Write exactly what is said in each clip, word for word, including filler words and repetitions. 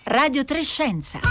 Radio tre Scienza.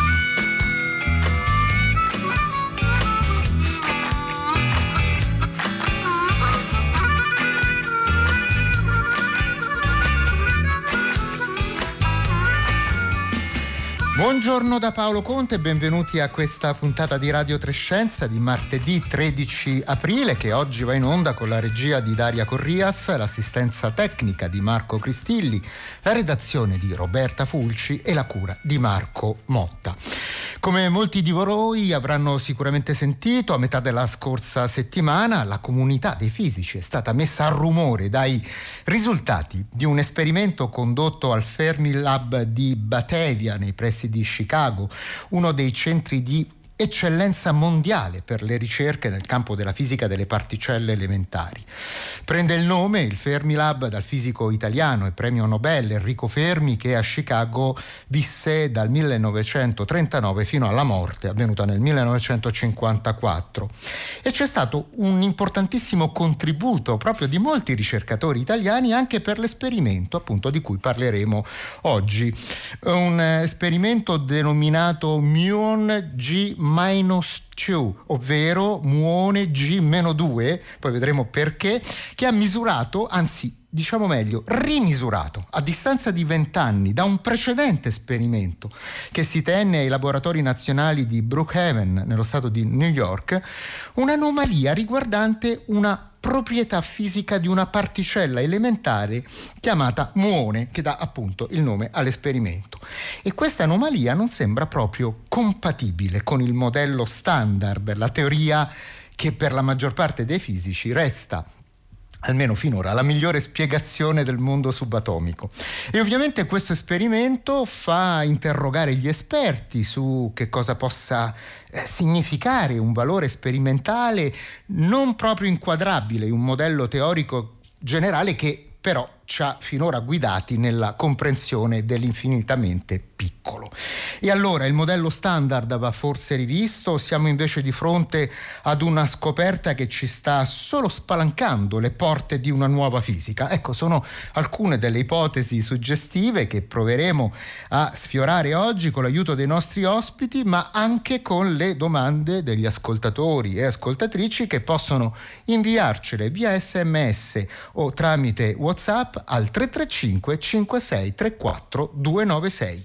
Buongiorno da Paolo Conte e benvenuti a questa puntata di Radio tre Scienza di martedì tredici aprile, che oggi va in onda con la regia di Daria Corrias, l'assistenza tecnica di Marco Cristilli, la redazione di Roberta Fulci e la cura di Marco Motta. Come molti di voi avranno sicuramente sentito, a metà della scorsa settimana la comunità dei fisici è stata messa a rumore dai risultati di un esperimento condotto al Fermilab di Batavia nei pressi di Chicago, uno dei centri di eccellenza mondiale per le ricerche nel campo della fisica delle particelle elementari. Prende il nome, il Fermilab, dal fisico italiano e premio Nobel Enrico Fermi, che a Chicago visse dal millenovecentotrentanove fino alla morte avvenuta nel millenovecentocinquantaquattro. E c'è stato un importantissimo contributo proprio di molti ricercatori italiani anche per l'esperimento, appunto, di cui parleremo oggi. Un esperimento denominato Muon G minus due, ovvero muone G meno due, poi vedremo perché, che ha misurato, anzi diciamo meglio, rimisurato a distanza di vent'anni da un precedente esperimento che si tenne ai laboratori nazionali di Brookhaven nello stato di New York, un'anomalia riguardante una proprietà fisica di una particella elementare chiamata muone, che dà appunto il nome all'esperimento. E questa anomalia non sembra proprio compatibile con il modello standard, la teoria che per la maggior parte dei fisici resta, almeno finora, la migliore spiegazione del mondo subatomico. E ovviamente questo esperimento fa interrogare gli esperti su che cosa possa eh, significare un valore sperimentale non proprio inquadrabile in un modello teorico generale che però ci ha finora guidati nella comprensione dell'infinitamente piccolo. E allora il modello standard va forse rivisto? Siamo invece di fronte ad una scoperta che ci sta solo spalancando le porte di una nuova fisica? Ecco, sono alcune delle ipotesi suggestive che proveremo a sfiorare oggi con l'aiuto dei nostri ospiti, ma anche con le domande degli ascoltatori e ascoltatrici, che possono inviarcele via sms o tramite WhatsApp al tre tre cinque cinque sei tre quattro due nove sei.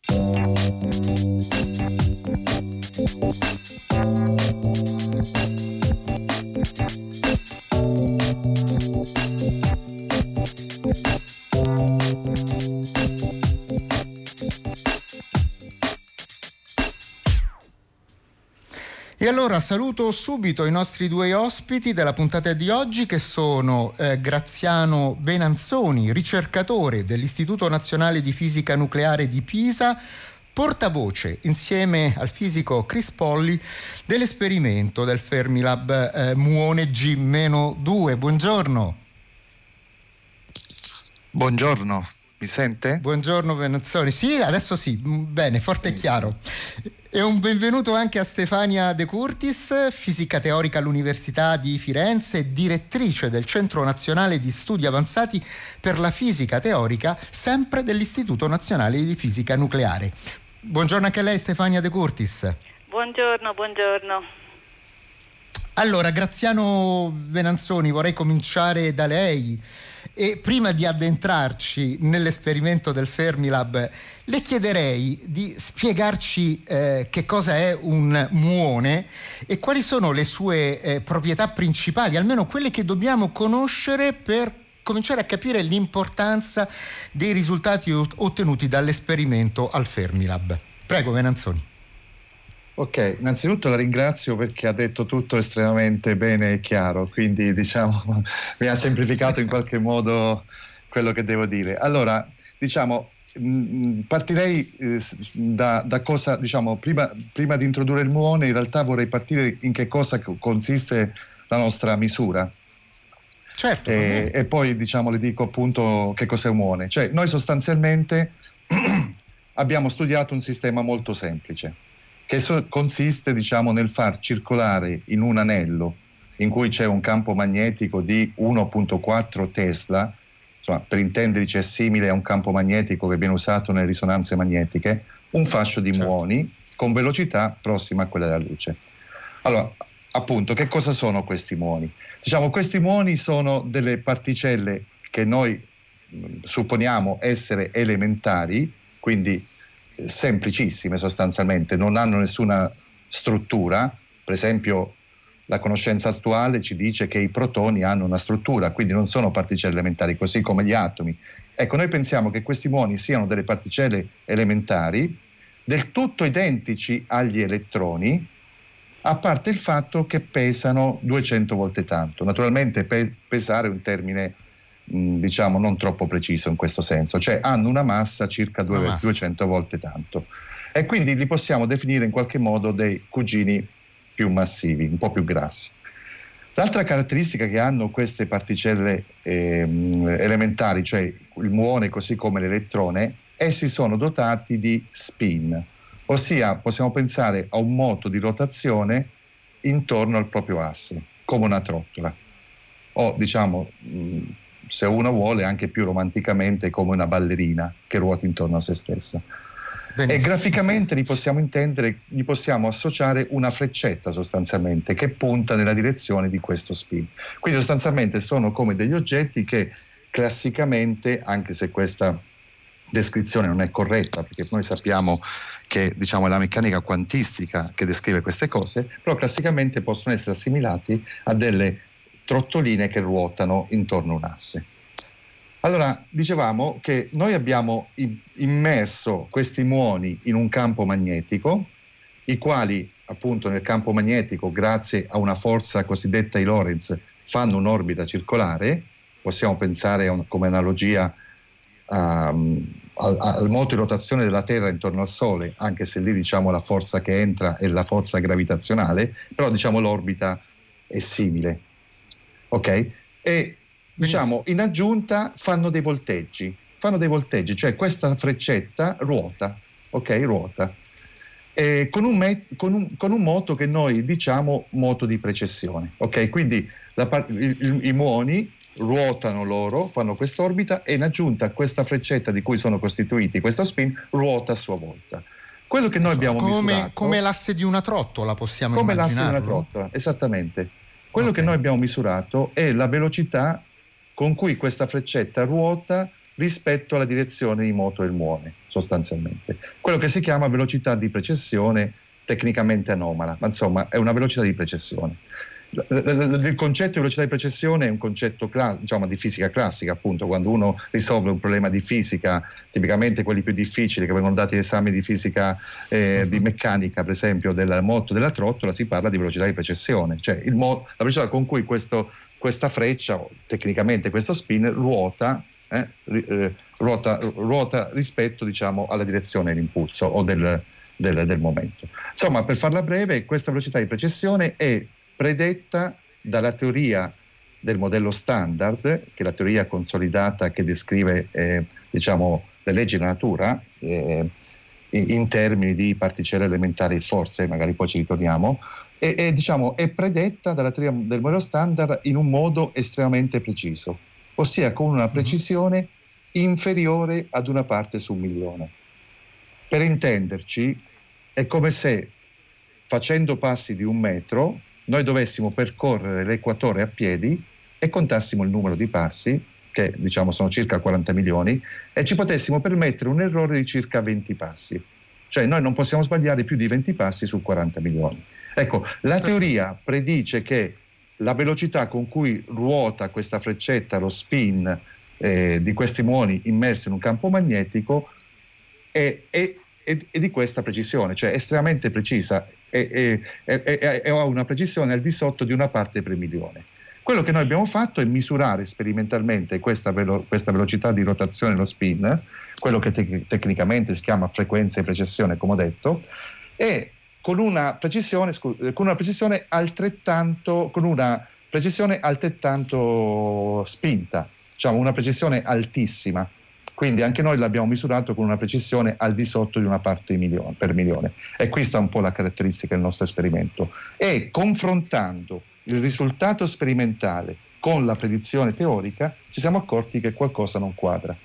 E allora saluto subito i nostri due ospiti della puntata di oggi, che sono eh, Graziano Venanzoni, ricercatore dell'Istituto Nazionale di Fisica Nucleare di Pisa, portavoce insieme al fisico Chris Polly dell'esperimento del Fermilab eh, muone G meno due. Buongiorno. Buongiorno, mi sente? Buongiorno Venanzoni. Sì, adesso sì, bene, forte e chiaro. E un benvenuto anche a Stefania De Curtis, fisica teorica all'Università di Firenze, direttrice del Centro Nazionale di Studi Avanzati per la Fisica Teorica, sempre dell'Istituto Nazionale di Fisica Nucleare. Buongiorno anche a lei, Stefania De Curtis. Buongiorno, buongiorno. Allora, Graziano Venanzoni, vorrei cominciare da lei. E prima di addentrarci nell'esperimento del Fermilab, le chiederei di spiegarci eh, che cosa è un muone e quali sono le sue eh, proprietà principali, almeno quelle che dobbiamo conoscere per cominciare a capire l'importanza dei risultati ottenuti dall'esperimento al Fermilab. Prego, Venanzoni. Ok, innanzitutto la ringrazio perché ha detto tutto estremamente bene e chiaro, quindi diciamo mi ha semplificato in qualche modo quello che devo dire. Allora, diciamo, mh, partirei eh, da, da cosa, diciamo, prima, prima di introdurre il muone, in realtà vorrei partire in che cosa consiste la nostra misura. Certo. E, e poi, diciamo, le dico appunto che cos'è un muone. Cioè, noi sostanzialmente abbiamo studiato un sistema molto semplice, che so- consiste, diciamo, nel far circolare in un anello in cui c'è un campo magnetico di uno virgola quattro Tesla, insomma, per intenderci è simile a un campo magnetico che viene usato nelle risonanze magnetiche, un fascio di certo. muoni con velocità prossima a quella della luce. Allora, appunto, che cosa sono questi muoni? Diciamo, questi muoni sono delle particelle che noi mh, supponiamo essere elementari, quindi eh, semplicissime sostanzialmente, non hanno nessuna struttura. Per esempio, la conoscenza attuale ci dice che i protoni hanno una struttura, quindi non sono particelle elementari, così come gli atomi. Ecco, noi pensiamo che questi muoni siano delle particelle elementari del tutto identici agli elettroni, a parte il fatto che pesano duecento volte tanto. Naturalmente pe- pesare è un termine mh, diciamo non troppo preciso in questo senso, cioè hanno una massa circa Una due, massa. duecento volte tanto, e quindi li possiamo definire in qualche modo dei cugini più massivi, un po' più grassi. L'altra caratteristica che hanno queste particelle ehm, elementari, cioè il muone così come l'elettrone, essi sono dotati di spin, ossia possiamo pensare a un moto di rotazione intorno al proprio asse, come una trottola, o diciamo, mh, se uno vuole anche più romanticamente, come una ballerina che ruota intorno a se stessa. Benissimo. E graficamente li possiamo intendere, gli possiamo associare una freccetta sostanzialmente che punta nella direzione di questo spin. Quindi sostanzialmente sono come degli oggetti che classicamente, anche se questa descrizione non è corretta, perché noi sappiamo che diciamo è la meccanica quantistica che descrive queste cose, però classicamente possono essere assimilati a delle trottoline che ruotano intorno a un asse. Allora, dicevamo che noi abbiamo immerso questi muoni in un campo magnetico, i quali appunto nel campo magnetico, grazie a una forza cosiddetta di Lorentz, fanno un'orbita circolare. Possiamo pensare un, come analogia um, al, al moto di rotazione della Terra intorno al Sole, anche se lì diciamo la forza che entra è la forza gravitazionale, però diciamo l'orbita è simile. Ok? E diciamo in aggiunta fanno dei volteggi, fanno dei volteggi, cioè questa freccetta ruota, ok? Ruota. E con, un met- con, un, con un moto che noi diciamo moto di precessione, ok? Quindi la par- il, il, i muoni ruotano loro, fanno quest'orbita e in aggiunta a questa freccetta di cui sono costituiti questo spin, ruota a sua volta. Quello che noi abbiamo come, misurato... Come l'asse di una trottola, possiamo come immaginarlo? Come l'asse di una trottola, esattamente. Quello okay. che noi abbiamo misurato è la velocità con cui questa freccetta ruota rispetto alla direzione di moto del muone, sostanzialmente. Quello che si chiama velocità di precessione, tecnicamente anomala, ma insomma è una velocità di precessione. Il concetto di velocità di precessione è un concetto class- diciamo, di fisica classica, appunto, quando uno risolve un problema di fisica, tipicamente quelli più difficili che vengono dati in esami di fisica, eh, uh-huh. di meccanica, per esempio, del moto della trottola, si parla di velocità di precessione, cioè il mo- la velocità con cui questo, questa freccia, tecnicamente questo spin, ruota, eh, eh, ruota, ruota rispetto diciamo, alla direzione dell'impulso o del, del, del momento. Insomma, per farla breve, questa velocità di precessione è predetta dalla teoria del modello standard, che è la teoria consolidata che descrive eh, diciamo, le leggi della natura eh, in termini di particelle elementari, forse magari poi ci ritorniamo, e, e diciamo, è predetta dalla teoria del modello standard in un modo estremamente preciso, ossia con una precisione inferiore ad una parte su un milione. Per intenderci, è come se facendo passi di un metro noi dovessimo percorrere l'equatore a piedi e contassimo il numero di passi, che diciamo sono circa quaranta milioni, e ci potessimo permettere un errore di circa venti passi. Cioè noi non possiamo sbagliare più di venti passi su quaranta milioni. Ecco, la teoria predice che la velocità con cui ruota questa freccetta, lo spin eh, di questi muoni immersi in un campo magnetico, è, è, è, è di questa precisione, cioè estremamente precisa, e ha una precisione al di sotto di una parte per milione. Quello che noi abbiamo fatto è misurare sperimentalmente questa, velo- questa velocità di rotazione, lo spin, quello che te- tecnicamente si chiama frequenza di precessione, come ho detto, e con una precisione, scu- con una precisione altrettanto, con una precisione altrettanto spinta, diciamo una precisione altissima. Quindi anche noi l'abbiamo misurato con una precisione al di sotto di una parte milione, per milione. E qui sta un po' la caratteristica del nostro esperimento. E confrontando il risultato sperimentale con la predizione teorica, ci siamo accorti che qualcosa non quadra.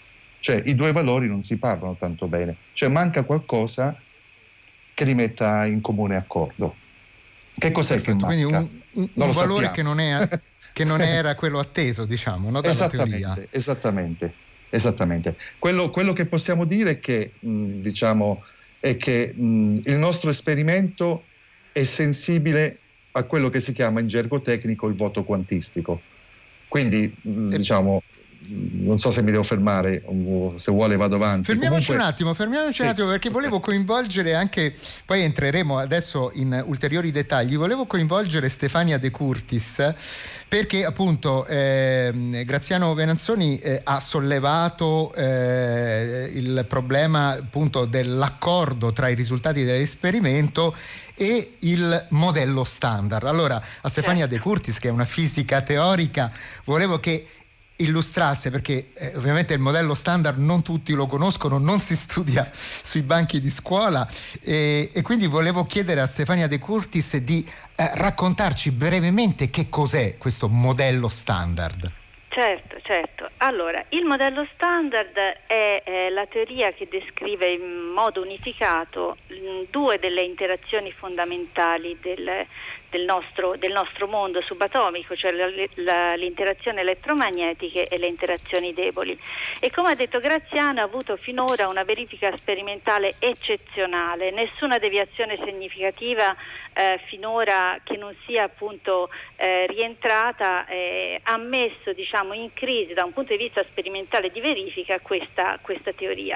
Cioè i due valori non si parlano tanto bene, cioè manca qualcosa che li metta in comune accordo. Che cos'è Perfetto, che manca? Quindi un, un, un valore che non, è, che non era quello atteso, diciamo, no, dalla esattamente, teoria. Esattamente, esattamente. Quello, quello che possiamo dire è che, mh, diciamo, è che mh, il nostro esperimento è sensibile a quello che si chiama in gergo tecnico il vuoto quantistico. Quindi, mh, E... diciamo, non so se mi devo fermare, se vuole vado avanti. Fermiamoci Comunque, un attimo, fermiamoci sì. un attimo perché volevo coinvolgere anche, poi entreremo adesso in ulteriori dettagli, volevo coinvolgere Stefania De Curtis perché appunto eh, Graziano Venanzoni eh, ha sollevato eh, il problema appunto dell'accordo tra i risultati dell'esperimento e il modello standard. Allora a Stefania De Curtis, che è una fisica teorica, volevo che illustrasse, perché eh, ovviamente il modello standard non tutti lo conoscono, non si studia sui banchi di scuola e, e quindi volevo chiedere a Stefania De Curtis di eh, raccontarci brevemente che cos'è questo modello standard. Certo, certo. Allora, il modello standard è eh, la teoria che descrive in modo unificato mh, due delle interazioni fondamentali del, del, nostro, del nostro mondo subatomico, cioè la, la, le interazioni elettromagnetiche e le interazioni deboli. E come ha detto Graziano, ha avuto finora una verifica sperimentale eccezionale, nessuna deviazione significativa eh, finora che non sia appunto eh, rientrata eh, ha messo, diciamo, in crisi da un punto di vista sperimentale di verifica questa, questa teoria.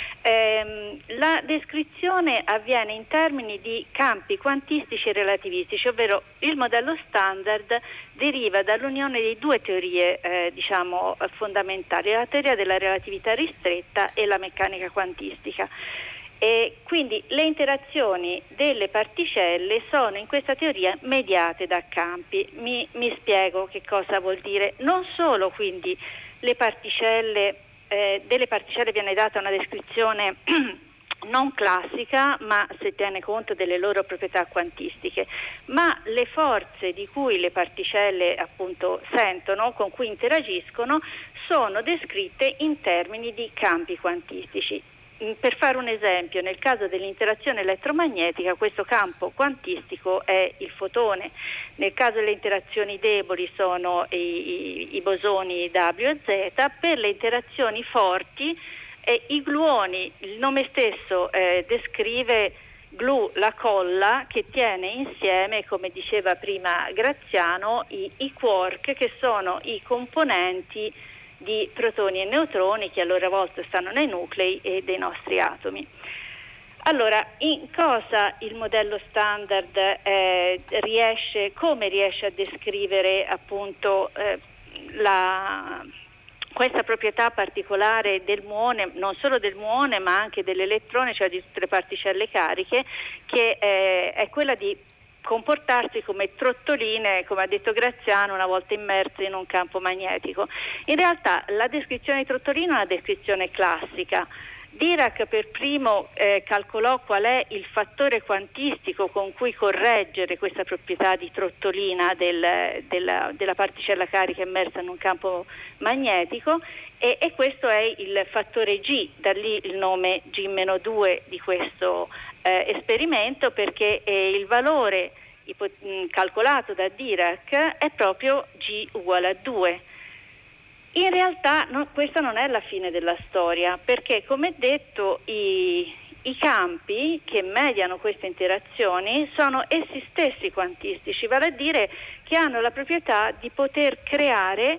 Ehm, la descrizione avviene in termini di campi quantistici e relativistici, ovvero il modello standard deriva dall'unione di due teorie eh, diciamo fondamentali, la teoria della relatività ristretta e la meccanica quantistica. E quindi le interazioni delle particelle sono in questa teoria mediate da campi. Mi, mi spiego che cosa vuol dire. Non solo quindi le particelle, eh, delle particelle viene data una descrizione non classica, ma se tiene conto delle loro proprietà quantistiche, ma le forze di cui le particelle appunto sentono, con cui interagiscono, sono descritte in termini di campi quantistici. Per fare un esempio, nel caso dell'interazione elettromagnetica questo campo quantistico è il fotone, nel caso delle interazioni deboli sono i, i, i bosoni W e Z, per le interazioni forti eh, i gluoni, il nome stesso eh, descrive glue, la colla che tiene insieme, come diceva prima Graziano, i, i quark, che sono i componenti di protoni e neutroni che a loro volta stanno nei nuclei e dei nostri atomi. Allora, in cosa il modello standard eh, riesce, come riesce a descrivere appunto eh, la, questa proprietà particolare del muone, non solo del muone ma anche dell'elettrone, cioè di tutte le particelle cariche, che eh, è quella di comportarsi come trottoline, come ha detto Graziano, una volta immerse in un campo magnetico. In realtà la descrizione di trottolino è una descrizione classica. Dirac per primo eh, calcolò qual è il fattore quantistico con cui correggere questa proprietà di trottolina del, della, della particella carica immersa in un campo magnetico e, e questo è il fattore G, da lì il nome G meno due di questo eh, esperimento, perché eh, il valore ipo- mh, calcolato da Dirac è proprio G uguale a due. In realtà no, questa non è la fine della storia, perché come detto i, i campi che mediano queste interazioni sono essi stessi quantistici, vale a dire che hanno la proprietà di poter creare,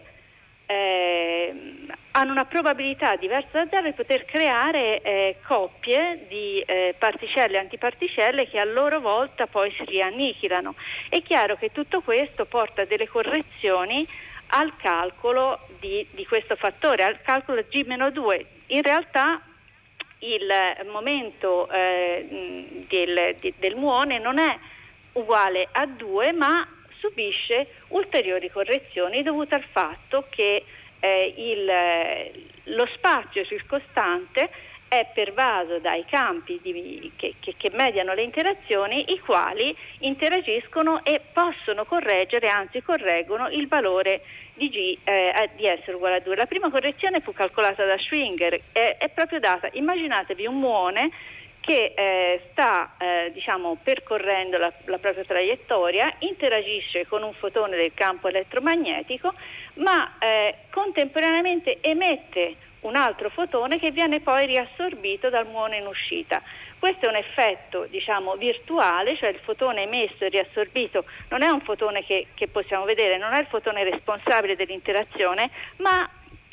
eh, hanno una probabilità diversa da zero di poter creare eh, coppie di eh, particelle e antiparticelle che a loro volta poi si riannichilano. È chiaro che tutto questo porta a delle correzioni al calcolo di, di questo fattore, al calcolo G meno due. In realtà il momento eh, del, di, del muone non è uguale a due, ma subisce ulteriori correzioni dovute al fatto che eh, il, lo spazio circostante è pervaso dai campi di, che, che, che mediano le interazioni, i quali interagiscono e possono correggere, anzi correggono il valore di G eh, di S uguale a due. La prima correzione fu calcolata da Schwinger, è, è proprio data, immaginatevi un muone che eh, sta eh, diciamo percorrendo la, la propria traiettoria, interagisce con un fotone del campo elettromagnetico, ma eh, contemporaneamente emette un altro fotone che viene poi riassorbito dal muone in uscita. Questo è un effetto, diciamo, virtuale, cioè il fotone emesso e riassorbito non è un fotone che, che possiamo vedere, non è il fotone responsabile dell'interazione, ma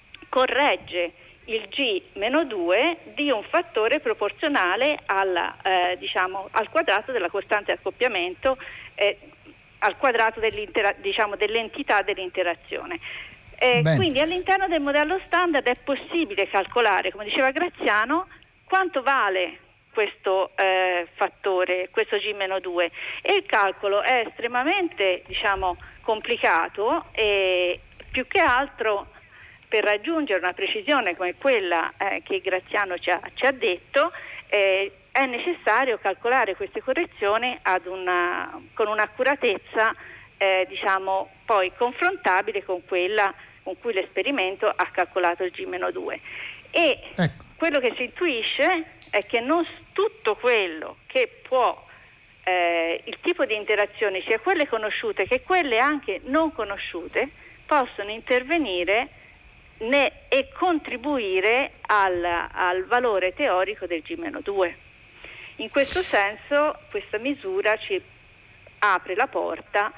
corregge il G meno due di un fattore proporzionale alla, eh, diciamo, al quadrato della costante di accoppiamento, eh, al quadrato diciamo, dell'entità dell'interazione. Eh, quindi all'interno del modello standard è possibile calcolare, come diceva Graziano, quanto vale questo eh, fattore, questo G meno due, e il calcolo è estremamente, diciamo, complicato e più che altro per raggiungere una precisione come quella eh, che Graziano ci ha, ci ha detto, eh, è necessario calcolare queste correzioni ad una, con un'accuratezza eh, diciamo poi confrontabile con quella con cui l'esperimento ha calcolato il G meno due. E ecco, quello che si intuisce è che non tutto quello che può eh, il tipo di interazioni, sia quelle conosciute che quelle anche non conosciute, possono intervenire ne, e contribuire al, al valore teorico del G meno due. In questo senso questa misura ci apre la porta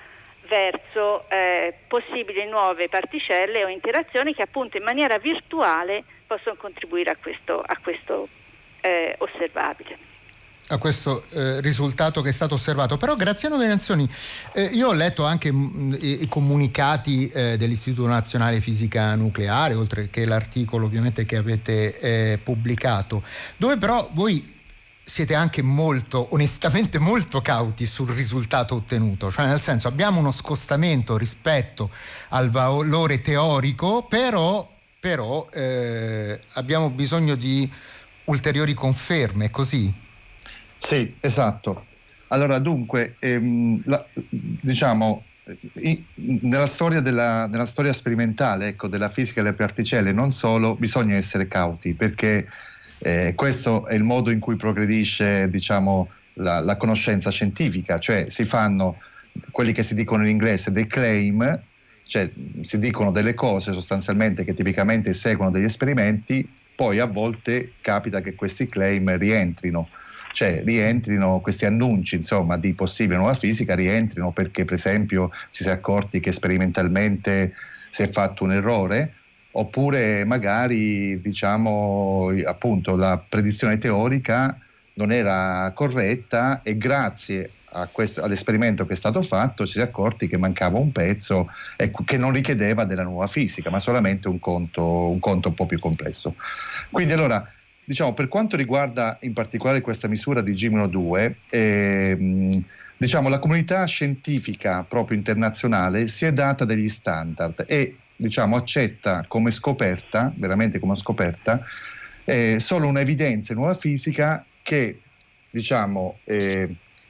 verso eh, possibili nuove particelle o interazioni che appunto in maniera virtuale possono contribuire a questo, a questo eh, osservabile. A questo eh, risultato che è stato osservato. Però Graziano Venanzioni, eh, io ho letto anche mh, i, i comunicati eh, dell'Istituto Nazionale Fisica Nucleare, oltre che l'articolo ovviamente che avete eh, pubblicato, dove però voi siete anche molto, onestamente molto cauti sul risultato ottenuto, cioè nel senso abbiamo uno scostamento rispetto al valore teorico, però, però eh, abbiamo bisogno di ulteriori conferme, così? Sì, esatto. Allora dunque, ehm, la, diciamo, in, nella storia della nella storia sperimentale, ecco, della fisica delle particelle, non solo, bisogna essere cauti, perché Eh, questo è il modo in cui progredisce, diciamo, la, la conoscenza scientifica, cioè si fanno quelli che si dicono in inglese dei claim, cioè si dicono delle cose sostanzialmente che tipicamente seguono degli esperimenti, poi a volte capita che questi claim rientrino, cioè rientrino questi annunci, insomma, di possibile nuova fisica, rientrino perché per esempio si è accorti che sperimentalmente si è fatto un errore, oppure magari, diciamo, appunto la predizione teorica non era corretta e grazie a questo, all'esperimento che è stato fatto ci si è accorti che mancava un pezzo e che non richiedeva della nuova fisica, ma solamente un conto, un conto un po' più complesso. Quindi allora, diciamo, per quanto riguarda in particolare questa misura di G meno due, ehm, diciamo, la comunità scientifica proprio internazionale si è data degli standard e diciamo accetta come scoperta, veramente come scoperta, eh, solo un'evidenza in nuova fisica che, diciamo, eh,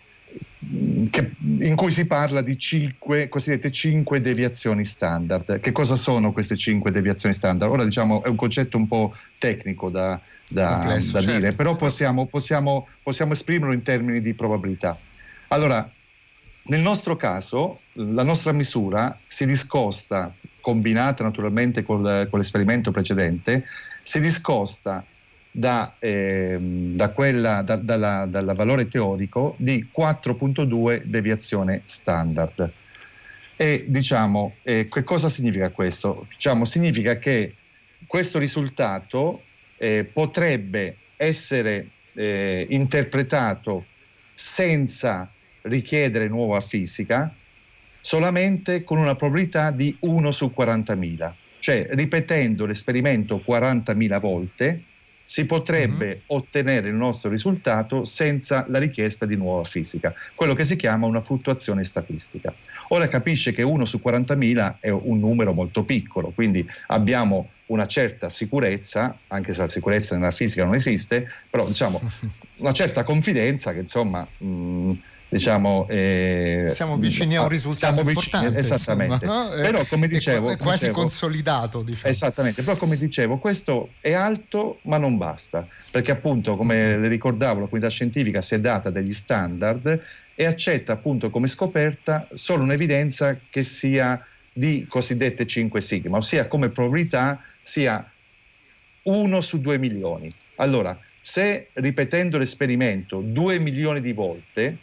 che, in cui si parla di cinque, cosiddette cinque deviazioni standard. Che cosa sono queste cinque deviazioni standard? Ora, diciamo, è un concetto un po' tecnico da, da, Complesso, da certo. dire, però possiamo, possiamo, possiamo esprimerlo in termini di probabilità. Allora, nel nostro caso, la nostra misura si discosta, combinata naturalmente col, con l'esperimento precedente, si discosta da, eh, da quella, da, dalla, dal valore teorico di quattro virgola due deviazione standard. E diciamo, eh, che cosa significa questo? Diciamo, significa che questo risultato eh, potrebbe essere eh, interpretato senza richiedere nuova fisica, solamente con una probabilità di uno su quarantamila, cioè ripetendo l'esperimento quarantamila volte si potrebbe mm-hmm. ottenere il nostro risultato senza la richiesta di nuova fisica, quello che si chiama una fluttuazione statistica. Ora capisce che uno su quarantamila è un numero molto piccolo, quindi abbiamo una certa sicurezza, anche se la sicurezza nella fisica non esiste, però diciamo una certa confidenza che insomma mh, diciamo eh, siamo vicini a un risultato siamo importante, vicini, esattamente, insomma, no? Però come dicevo è quasi dicevo, consolidato, diciamo. Esattamente, però come dicevo questo è alto ma non basta, perché appunto come le ricordavo la comunità scientifica si è data degli standard e accetta appunto come scoperta solo un'evidenza che sia di cosiddette cinque sigma, ossia come probabilità sia uno su due milioni. Allora, se ripetendo l'esperimento due milioni di volte,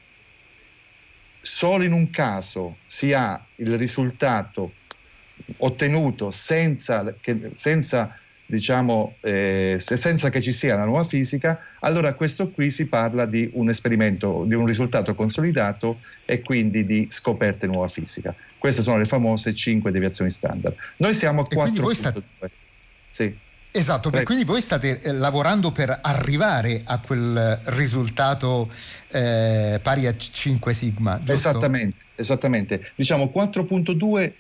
solo in un caso si ha il risultato ottenuto senza che, senza, diciamo, eh, senza che ci sia la nuova fisica, allora questo qui si parla di un esperimento, di un risultato consolidato e quindi di scoperte nuova fisica. Queste sono le famose cinque deviazioni standard. Noi siamo a quattro punto due. State... Sì. Esatto, per quindi voi state eh, lavorando per arrivare a quel risultato eh, pari a cinque sigma, giusto? Esattamente, esattamente. Diciamo quattro punto due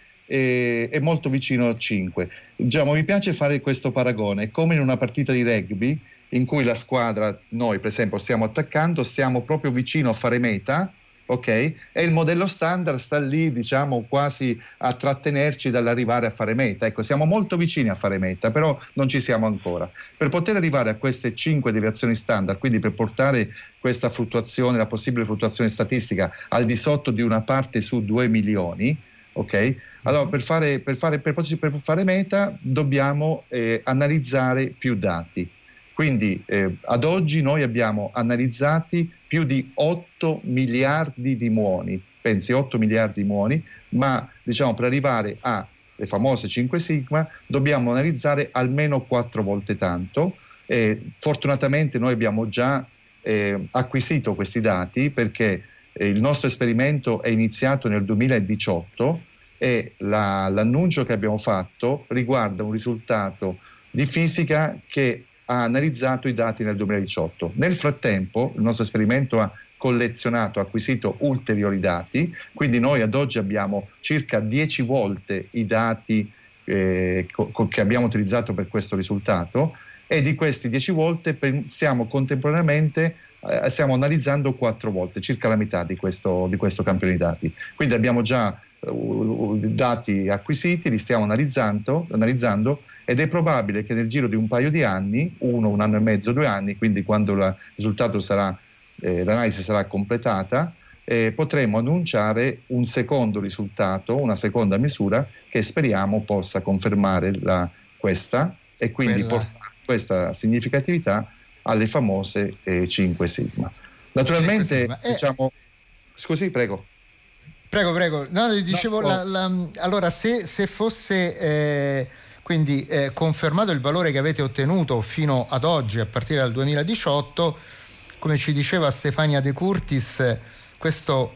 è, è molto vicino a cinque. Diciamo, mi piace fare questo paragone, è come in una partita di rugby in cui la squadra, noi per esempio stiamo attaccando, stiamo proprio vicino a fare meta, ok? E il modello standard sta lì, diciamo, quasi a trattenerci dall'arrivare a fare meta. Ecco, siamo molto vicini a fare meta, però non ci siamo ancora. Per poter arrivare a queste cinque deviazioni standard, quindi per portare questa fluttuazione, la possibile fluttuazione statistica al di sotto di una parte su due milioni, ok? Allora, per fare, per fare, per poterci, per fare meta dobbiamo eh, analizzare più dati. Quindi eh, ad oggi noi abbiamo analizzati più di otto miliardi di muoni, pensi otto miliardi di muoni, ma diciamo per arrivare alle famose cinque sigma dobbiamo analizzare almeno quattro volte tanto. E fortunatamente noi abbiamo già eh, acquisito questi dati perché eh, il nostro esperimento è iniziato nel duemiladiciotto e la, l'annuncio che abbiamo fatto riguarda un risultato di fisica che ha analizzato i dati nel duemiladiciotto. Nel frattempo il nostro esperimento ha collezionato, ha acquisito ulteriori dati, quindi noi ad oggi abbiamo circa dieci volte i dati eh, co- che abbiamo utilizzato per questo risultato e di questi dieci volte per, stiamo contemporaneamente eh, stiamo analizzando quattro volte, circa la metà di questo, di questo campione di dati. Quindi abbiamo già dati acquisiti, li stiamo analizzando, analizzando ed è probabile che nel giro di un paio di anni, uno, un anno e mezzo, due anni, quindi quando il risultato sarà, eh, l'analisi sarà completata, eh, potremo annunciare un secondo risultato, una seconda misura che speriamo possa confermare la, questa e quindi Quella. portare questa significatività alle famose eh, cinque sigma. Naturalmente, cinque sigma. diciamo, eh. scusi, prego. Prego, prego. No, dicevo, no, no. La, la, allora se, se fosse eh, quindi eh, confermato il valore che avete ottenuto fino ad oggi, a partire dal duemiladiciotto, come ci diceva Stefania De Curtis, questo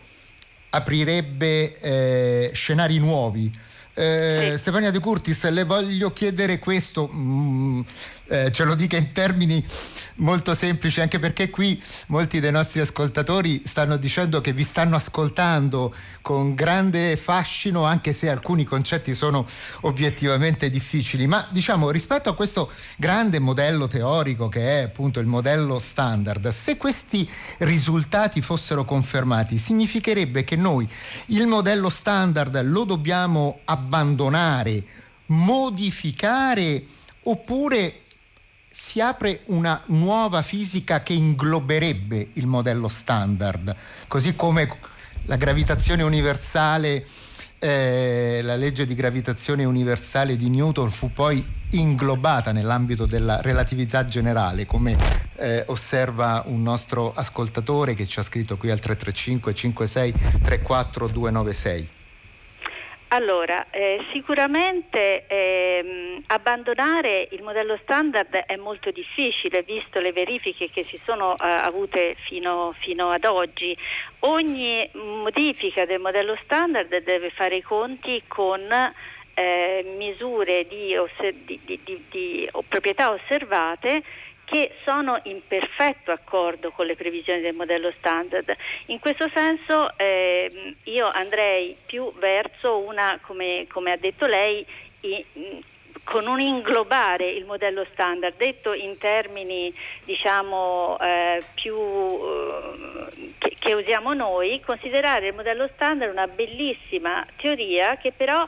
aprirebbe eh, scenari nuovi. Eh, sì. Stefania De Curtis, le voglio chiedere questo, mm, eh, ce lo dica in termini molto semplici, anche perché qui molti dei nostri ascoltatori stanno dicendo che vi stanno ascoltando con grande fascino, anche se alcuni concetti sono obiettivamente difficili. Ma diciamo, rispetto a questo grande modello teorico che è appunto il modello standard, se questi risultati fossero confermati, significherebbe che noi il modello standard lo dobbiamo abbandonare, modificare, oppure si apre una nuova fisica che ingloberebbe il modello standard, così come la gravitazione universale, eh, la legge di gravitazione universale di Newton fu poi inglobata nell'ambito della relatività generale, come eh, osserva un nostro ascoltatore che ci ha scritto qui al tre tre cinque cinque sei tre quattro due nove sei. Allora, eh, sicuramente ehm, abbandonare il modello standard è molto difficile, visto le verifiche che si sono eh, avute fino, fino ad oggi. Ogni modifica del modello standard deve fare i conti con eh, misure di, osser- di, di, di, di proprietà osservate che sono in perfetto accordo con le previsioni del modello standard. In questo senso eh, io andrei più verso una, come, come ha detto lei, i, con un inglobare il modello standard, detto in termini diciamo eh, più eh, che, che usiamo noi, considerare il modello standard una bellissima teoria che però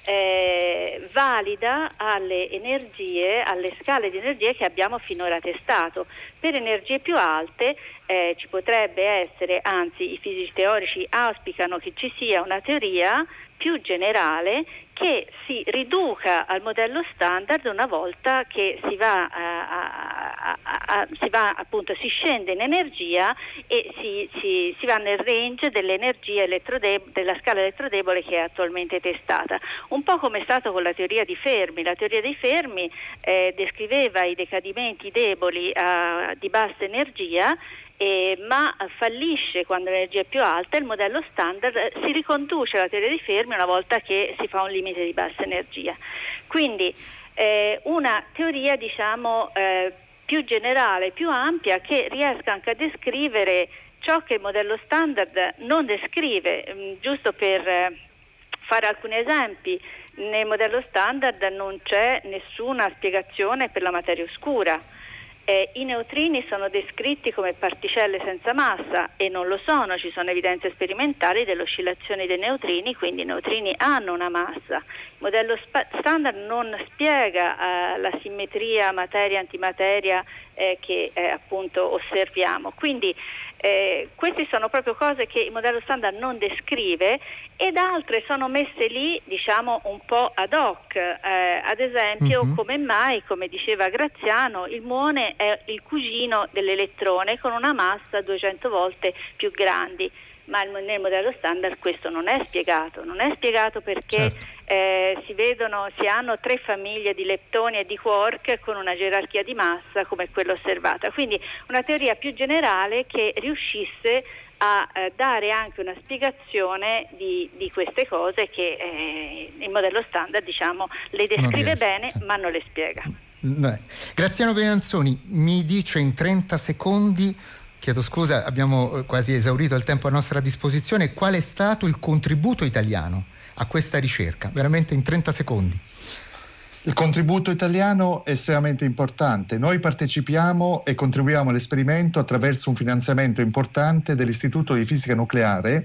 eh, valida alle energie, alle scale di energie che abbiamo finora testato. Per energie più alte eh, ci potrebbe essere, anzi i fisici teorici auspicano che ci sia una teoria più generale che si riduca al modello standard una volta che si va a, a, a, a, si va appunto si scende in energia e si, si, si va nel range dell'energia elettrodeb- della scala elettrodebole che è attualmente testata, un po' come è stato con la teoria di Fermi. La teoria dei Fermi eh, descriveva i decadimenti deboli a, di bassa energia, Eh, ma fallisce quando l'energia è più alta. Il modello standard eh, si riconduce alla teoria di Fermi una volta che si fa un limite di bassa energia. Quindi eh, una teoria diciamo eh, più generale, più ampia, che riesca anche a descrivere ciò che il modello standard non descrive. Mh, giusto per eh, fare alcuni esempi, nel modello standard non c'è nessuna spiegazione per la materia oscura. Eh, I neutrini sono descritti come particelle senza massa e non lo sono, ci sono evidenze sperimentali delle oscillazioni dei neutrini, quindi i neutrini hanno una massa. Il modello spa- standard non spiega eh, la simmetria materia-antimateria eh, che eh, appunto osserviamo, quindi eh, queste sono proprio cose che il modello standard non descrive, ed altre sono messe lì diciamo un po' ad hoc, eh, ad esempio mm-hmm. come mai, come diceva Graziano, il muone è il cugino dell'elettrone con una massa duecento volte più grandi, ma nel modello standard questo non è spiegato, non è spiegato perché certo. eh, si vedono, si hanno tre famiglie di leptoni e di quark con una gerarchia di massa come quella osservata, quindi una teoria più generale che riuscisse a eh, dare anche una spiegazione di, di queste cose che eh, il modello standard diciamo le descrive bene ma non le spiega. Beh. Graziano Venanzoni mi dice in trenta secondi, chiedo scusa, abbiamo quasi esaurito il tempo a nostra disposizione, qual è stato il contributo italiano a questa ricerca, veramente in trenta secondi. Il contributo italiano è estremamente importante. Noi partecipiamo e contribuiamo all'esperimento attraverso un finanziamento importante dell'Istituto di Fisica Nucleare,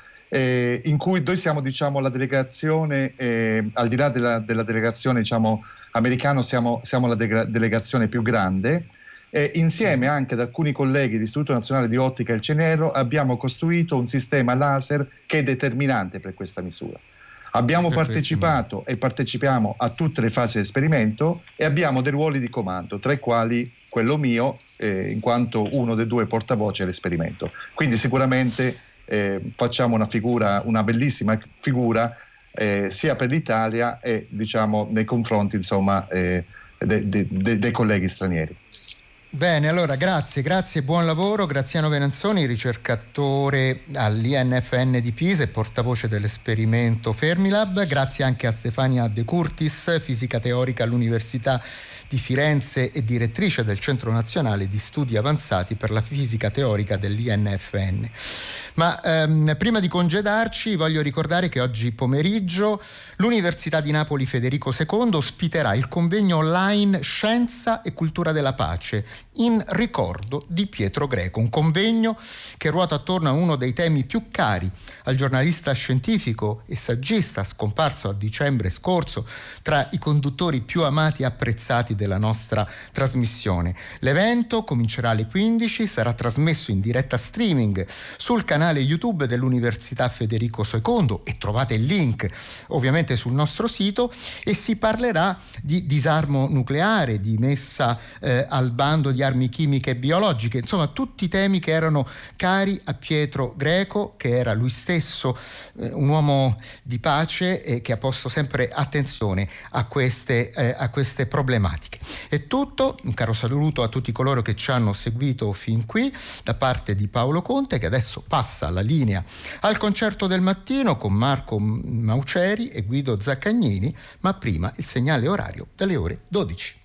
eh, in cui noi siamo diciamo la delegazione, eh, al di là della, della delegazione diciamo americana, siamo, siamo la de- delegazione più grande. E insieme anche ad alcuni colleghi dell'Istituto Nazionale di Ottica e il Cenero abbiamo costruito un sistema laser che è determinante per questa misura. Abbiamo partecipato e partecipiamo a tutte le fasi di esperimento e abbiamo dei ruoli di comando, tra i quali quello mio, eh, in quanto uno dei due portavoce all'esperimento. Quindi sicuramente eh, facciamo una figura, una bellissima figura eh, sia per l'Italia e diciamo nei confronti insomma eh, de, de, de, dei colleghi stranieri. Bene, allora grazie, grazie, buon lavoro. Graziano Venanzoni, ricercatore all'I N F N di Pisa e portavoce dell'esperimento Fermilab. Grazie anche a Stefania De Curtis, fisica teorica all'Università di Firenze e direttrice del Centro Nazionale di Studi Avanzati per la Fisica Teorica dell'I N F N. Ma ehm, prima di congedarci voglio ricordare che oggi pomeriggio l'Università di Napoli Federico secondo ospiterà il convegno online Scienza e Cultura della Pace in ricordo di Pietro Greco, un convegno che ruota attorno a uno dei temi più cari al giornalista scientifico e saggista scomparso a dicembre scorso, tra i conduttori più amati e apprezzati della nostra trasmissione. L'evento comincerà alle quindici, sarà trasmesso in diretta streaming sul canale YouTube dell'Università Federico secondo e trovate il link ovviamente sul nostro sito, e si parlerà di disarmo nucleare, di messa eh, al bando di armi chimiche e biologiche, insomma tutti temi che erano cari a Pietro Greco, che era lui stesso eh, un uomo di pace e che ha posto sempre attenzione a queste, eh, a queste problematiche. È tutto, un caro saluto a tutti coloro che ci hanno seguito fin qui da parte di Paolo Conte, che adesso passa la linea al concerto del mattino con Marco Mauceri e Guido Zaccagnini, ma prima il segnale orario delle ore dodici.